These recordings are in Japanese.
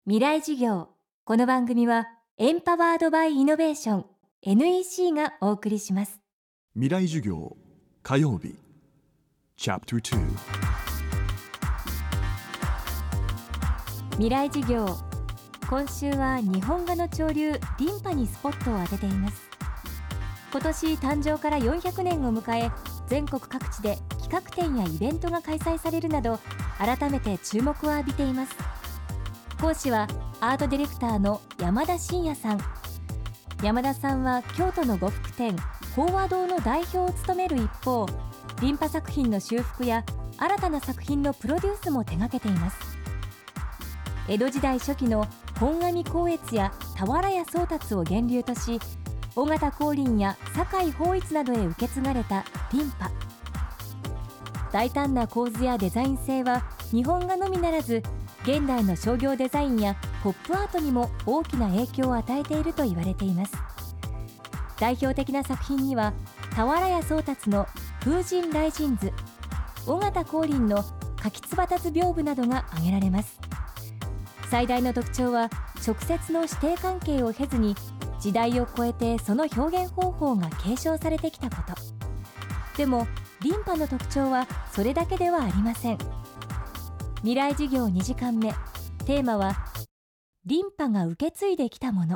未来授業。この番組はエンパワードバイイノベーション NEC がお送りします。 未来授業火曜日チャプター2。 未来授業。今週は日本画の潮流リンパにスポットを当てています。今年誕生から400年を迎え、全国各地で企画展やイベントが開催されるなど、改めて注目を浴びています。講師はアートディレクターの山田真也さん。山田さんは京都の呉服店法和堂の代表を務める一方、リンパ作品の修復や新たな作品のプロデュースも手掛けています。江戸時代初期の本阿弥光悦や俵屋宗達を源流とし、尾形光琳や酒井法一などへ受け継がれたリンパ。大胆な構図やデザイン性は日本画のみならず、現代の商業デザインやポップアートにも大きな影響を与えていると言われています。代表的な作品には俵屋宗達の風神雷神図、尾形光琳の柿椿図屏風などが挙げられます。最大の特徴は直接の師弟関係を経ずに、時代を超えてその表現方法が継承されてきたこと。でもリンパの特徴はそれだけではありません。未来授業2時間目、テーマはリンパが受け継いできたもの。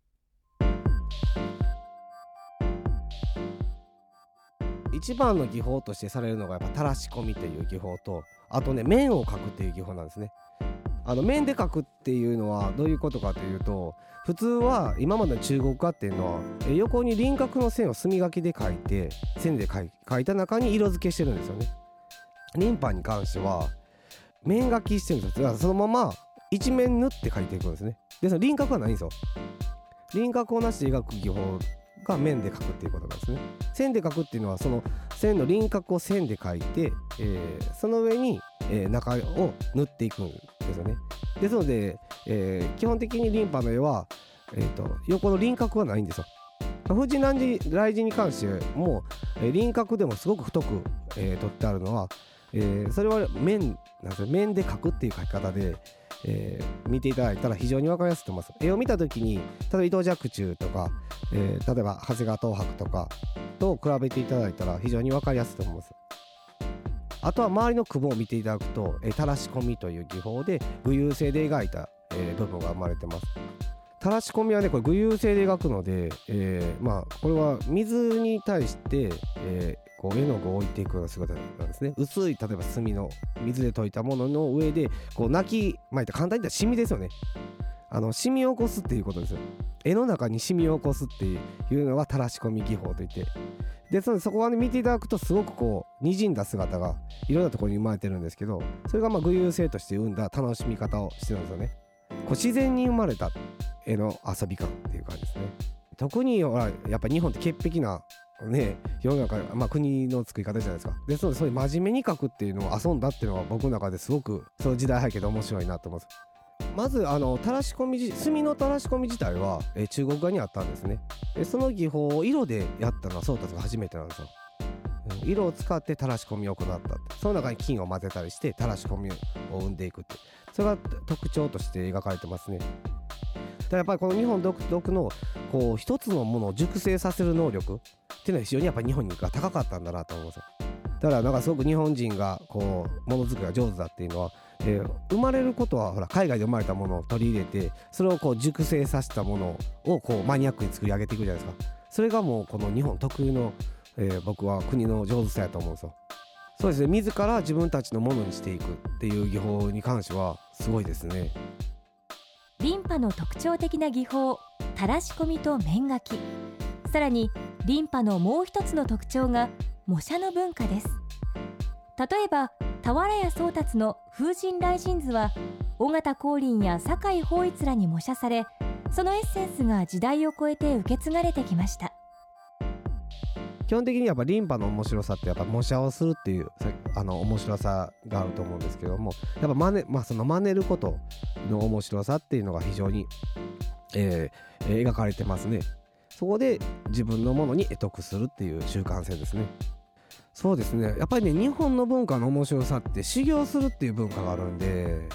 一番の技法としてされるのがやっぱ垂らし込みという技法と、あとね、面を描くっていう技法なんですね。面で描くっていうのはどういうことかというと、普通は今までの中国画っていうのは横に輪郭の線を墨書きで描いて、線で描いた中に色付けしてるんですよね。リンパに関しては面書きしてるんですよ。だからそのまま一面塗って描いていくんですね。で、その輪郭はないんですよ。輪郭をなしで描く技法が面で描くっていうことなんですね。線で描くっていうのはその線の輪郭を線で描いて、その上に、中を塗っていくんですよね。ですので、基本的にリンパの絵は、横の輪郭はないんですよ。風神雷神に関しても、輪郭でもすごく太く、取ってあるのは、それは面なんですよ。面で描くっていう描き方で、見ていただいたら非常に分かりやすいと思います。絵を見た時に、例えば伊藤若冲とか、例えば長谷川東博とかと比べていただいたら非常に分かりやすいと思います。あとは周りの雲を見ていただくと、垂らし込みという技法で具有性で描いた、部分が生まれてます。垂らし込みはね、これ具有性で描くので、これは水に対して、こう絵の具を置いていくような姿なんですね。薄い、例えば墨の水で溶いたものの上でこう簡単に言ったらシミですよね。シミを起こすっていうことですよ。絵の中にシミを起こすっていうのが垂らし込み技法といって、でそこはね、見ていただくとすごくこう滲んだ姿がいろんなところに生まれてるんですけど、それが具有性として生んだ楽しみ方をしてるんですよね。こう自然に生まれた絵の遊び感っていう感じですね。特にやっぱ日本って潔癖なね、世の中、国の作り方じゃないですか。ですので、そういう真面目に描くっていうのを遊んだっていうのは僕の中ですごくその時代背景で面白いなと思います。まず垂らし込み墨の垂らし込み自体は、中国画にあったんですね。その技法を色でやったのは宗達が初めてなんですよ。色を使って垂らし込みを行ったって、その中に金を混ぜたりして垂らし込みを生んでいくって、それが特徴として描かれてますね。やっぱりこの日本独特のこう一つのものを熟成させる能力っていうのは非常にやっぱり日本が高かったんだなと思います。だからなんかすごく日本人がこうものづくりが上手だっていうのは、生まれることは海外で生まれたものを取り入れて、それをこう熟成させたものをこうマニアックに作り上げていくじゃないですか。それがもうこの日本特有の、僕は国の上手さやと思うんですよ。そうですね、自ら自分たちのものにしていくっていう技法に関してはすごいですね。 リンパの特徴的な技法、垂らし込みと面書き。さらにリンパのもう一つの特徴が模写の文化です。例えば俵屋宗達の風神雷神図は尾形光琳や酒井法一らに模写され、そのエッセンスが時代を超えて受け継がれてきました。 基本的にやっぱリンパの面白さってやっぱ模写をするっていう面白さがあると思うんですけども、やっぱその真似ることの面白さっていうのが非常に、描かれてますね。そこで自分のものに会得するっていう習慣性ですね。そうですね、やっぱりね、日本の文化の面白さって修行するっていう文化があるんで、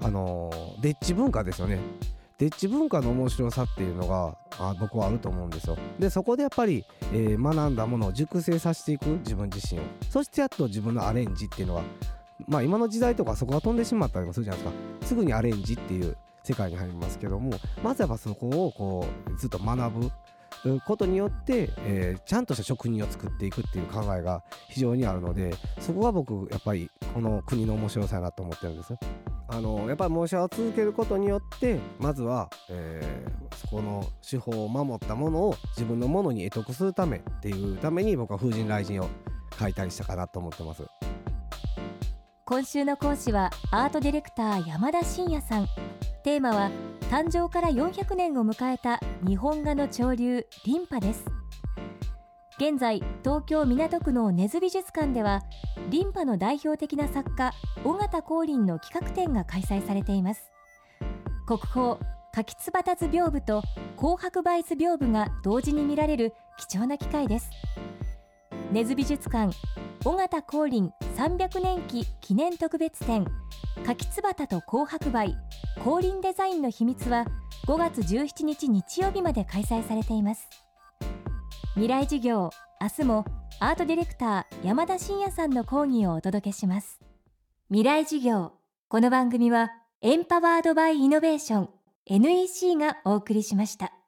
デッチ文化ですよね。デッチ文化の面白さっていうのが僕はあると思うんですよ。でそこでやっぱり、学んだものを熟成させていく自分自身を、そしてやっと自分のアレンジっていうのが、今の時代とかそこが飛んでしまったりもするじゃないですか。すぐにアレンジっていう世界に入りますけども、まずやっぱそこをこうずっと学ぶことによって、ちゃんとした職人を作っていくっていう考えが非常にあるので、そこが僕やっぱりこの国の面白さやなと思ってるんですよ。やっぱり模写を続けることによってまずは、そこの手法を守ったものを自分のものに得得するためっていうために、僕は風神雷神を描いたりしたかなと思ってます。 今週の講師はアートディレクター山田真也さん。テーマは誕生から400年を迎えた日本画の潮流リンパです。現在東京港区の根津美術館ではリンパの代表的な作家尾形光琳の企画展が開催されています。国宝柿椿図屏風と紅白梅図屏風が同時に見られる貴重な機会です。根津美術館尾形光琳300年期記念特別展柿椿と紅白梅光琳デザインの秘密は5月17日日曜日まで開催されています。未来授業、明日もアートディレクター山田真也さんの講義をお届けします。未来授業、この番組はエンパワードバイイノベーション NEC がお送りしました。